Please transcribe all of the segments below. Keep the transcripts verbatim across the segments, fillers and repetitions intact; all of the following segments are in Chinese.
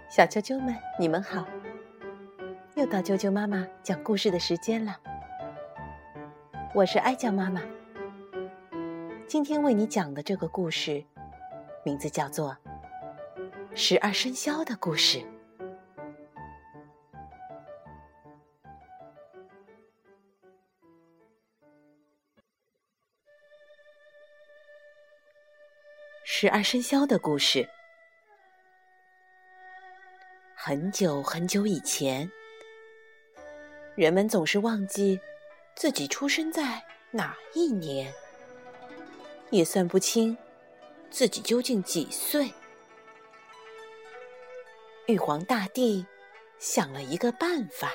小啾啾们，你们好！又到啾啾妈妈讲故事的时间了。我是哀酱妈妈。今天为你讲的这个故事，名字叫做《十二生肖的故事》。十二生肖的故事。很久很久以前，人们总是忘记自己出生在哪一年，也算不清自己究竟几岁。玉皇大帝想了一个办法，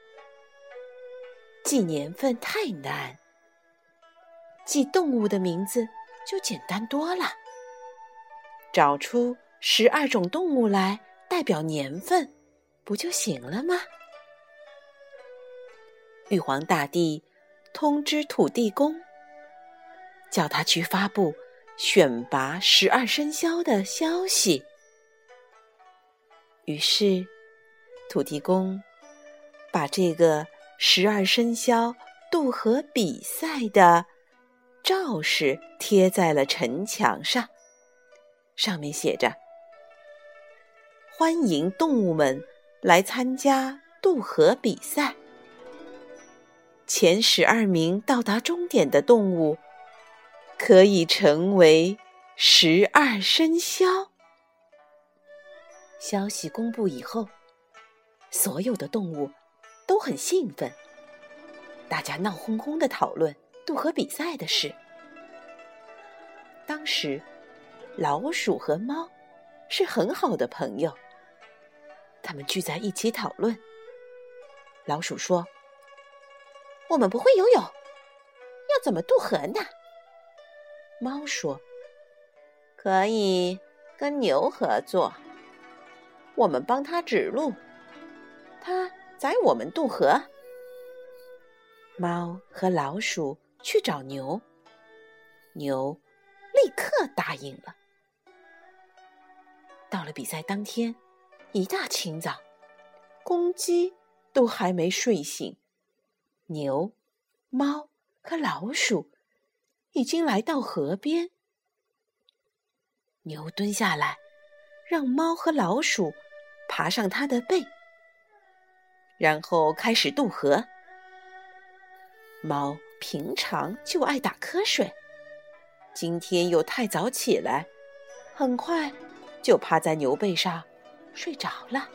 记年份太难，记动物的名字就简单多了。找出十二种动物来代表年份，不就行了吗？玉皇大帝通知土地公，叫他去发布选拔十二生肖的消息。于是，土地公把这个十二生肖渡河比赛的告示贴在了城墙上，上面写着：欢迎动物们来参加渡河比赛。前十二名到达终点的动物可以成为十二生肖。消息公布以后，所有的动物都很兴奋，大家闹哄哄地讨论渡河比赛的事。当时，老鼠和猫是很好的朋友，他们聚在一起讨论。老鼠说：我们不会游泳，要怎么渡河呢？猫说：可以跟牛合作，我们帮他指路，他载我们渡河。猫和老鼠去找牛，牛立刻答应了。到了比赛当天，一大清早，公鸡都还没睡醒，牛、猫和老鼠已经来到河边。牛蹲下来，让猫和老鼠爬上它的背，然后开始渡河。猫平常就爱打瞌睡，今天又太早起来，很快就趴在牛背上睡着了。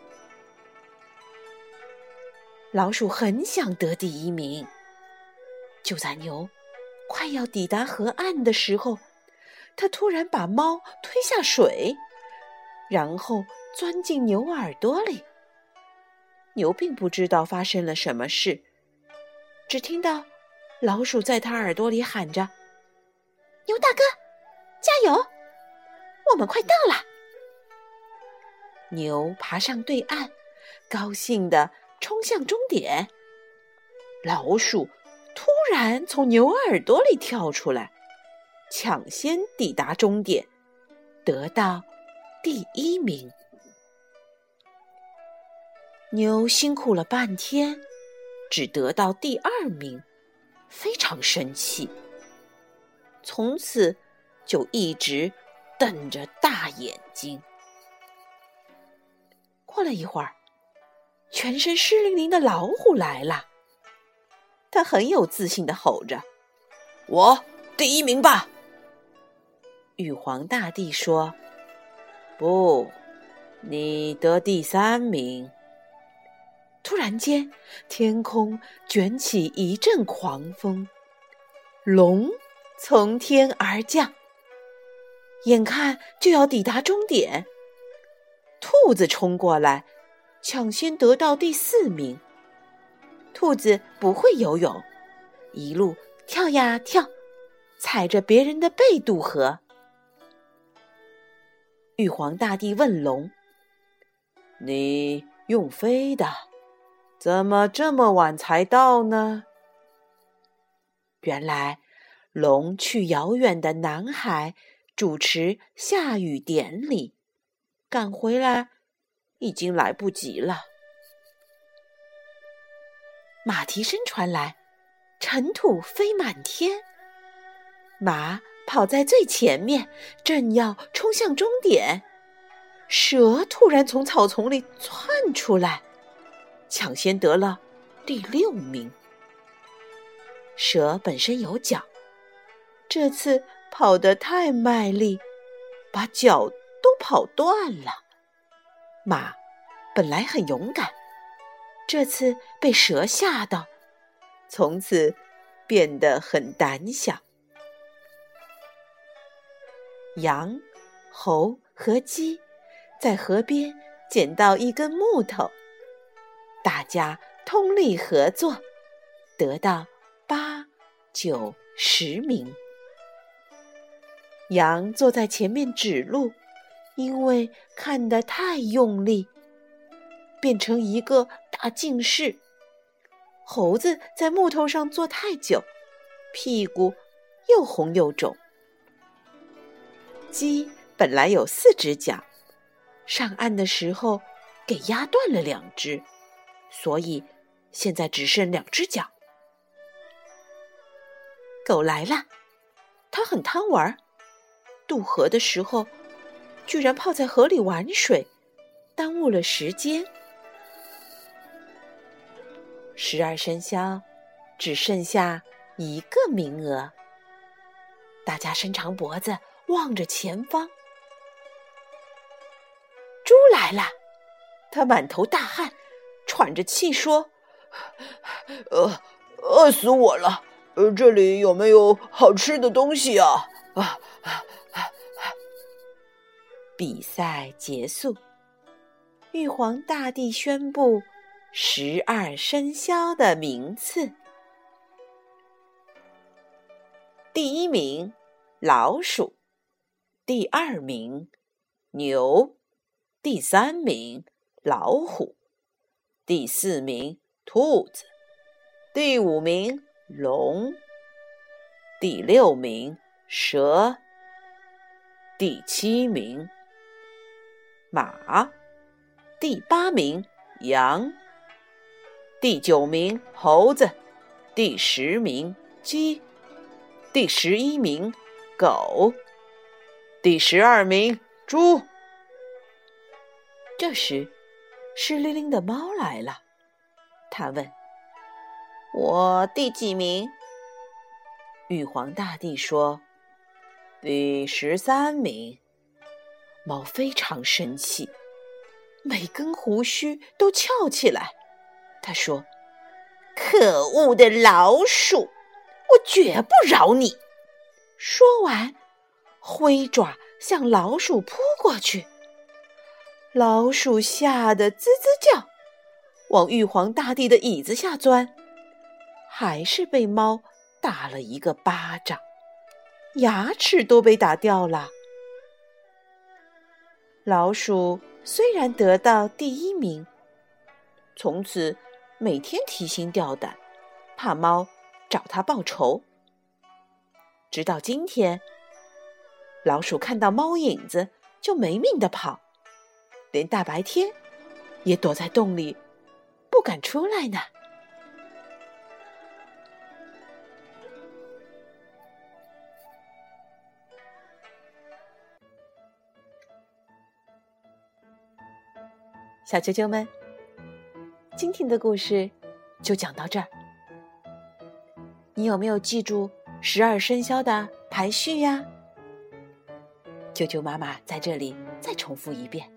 老鼠很想得第一名，就在牛快要抵达河岸的时候，它突然把猫推下水，然后钻进牛耳朵里。牛并不知道发生了什么事，只听到老鼠在它耳朵里喊着：牛大哥，加油，我们快到了。牛爬上对岸，高兴地冲向终点。老鼠突然从牛耳朵里跳出来，抢先抵达终点，得到第一名。牛辛苦了半天，只得到第二名，非常生气，从此就一直瞪着大眼睛。过了一会儿，全身湿淋淋的老虎来了，他很有自信地吼着：我第一名吧！玉皇大帝说：不，你得第三名。突然间，天空卷起一阵狂风，龙从天而降，眼看就要抵达终点。兔子冲过来，抢先得到第四名。兔子不会游泳，一路跳呀跳，踩着别人的背渡河。玉皇大帝问龙：你用飞的，怎么这么晚才到呢？原来龙去遥远的南海主持下雨典礼，赶回来已经来不及了。马蹄声传来，尘土飞满天，马跑在最前面，正要冲向终点。蛇突然从草丛里窜出来，抢先得了第六名。蛇本身有脚，这次跑得太卖力，把脚都跑断了。马本来很勇敢，这次被蛇吓到，从此变得很胆小。羊、猴和鸡在河边捡到一根木头，大家通力合作，得到八、九、十名。羊坐在前面指路，因为看得太用力，变成一个大近视。猴子在木头上坐太久，屁股又红又肿。鸡本来有四只脚，上岸的时候给压断了两只，所以现在只剩两只脚。狗来了，它很贪玩，渡河的时候居然泡在河里玩水，耽误了时间。十二生肖只剩下一个名额，大家伸长脖子望着前方。猪来了，他满头大汗，喘着气说：呃，饿死我了，呃，这里有没有好吃的东西啊？啊啊啊啊！比赛结束，玉皇大帝宣布十二生肖的名次。第一名老鼠，第二名牛，第三名老虎，第四名兔子，第五名龙，第六名蛇，第七名马，第八名羊，第九名猴子，第十名鸡，第十一名狗，第十二名猪。这时湿淋淋的猫来了，他问：我第几名？玉皇大帝说：第十三名。猫非常生气，每根胡须都翘起来。他说：可恶的老鼠，我绝不饶你！说完，挥爪向老鼠扑过去。老鼠吓得吱吱叫，往玉皇大帝的椅子下钻，还是被猫打了一个巴掌，牙齿都被打掉了。老鼠虽然得到第一名，从此每天提心吊胆，怕猫找他报仇。直到今天，老鼠看到猫影子就没命地跑，连大白天也躲在洞里不敢出来呢。小啾啾们，今天的故事就讲到这儿。你有没有记住十二生肖的排序呀？啾啾妈妈在这里再重复一遍：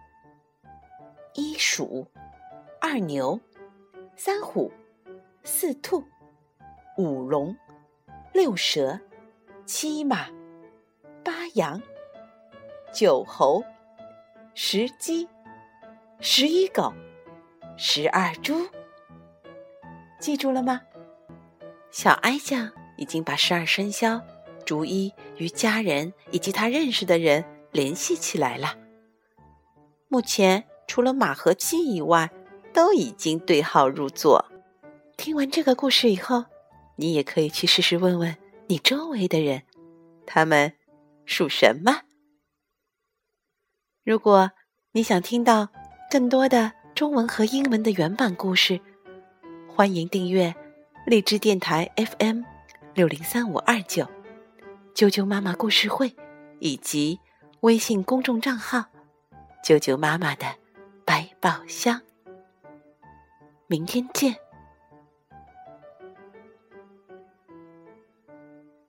一鼠，二牛，三虎，四兔，五龙，六蛇，七马，八羊，九猴，十鸡，十一狗，十二猪。记住了吗？小哀酱已经把十二生肖逐一与家人以及他认识的人联系起来了。目前除了马和鸡以外，都已经对号入座。听完这个故事以后，你也可以去试试问问你周围的人，他们属什么？如果你想听到更多的中文和英文的原版故事，欢迎订阅荔枝电台 F M 六零三五二九、啾啾妈妈故事会以及微信公众账号“啾啾妈妈的百宝箱”。明天见。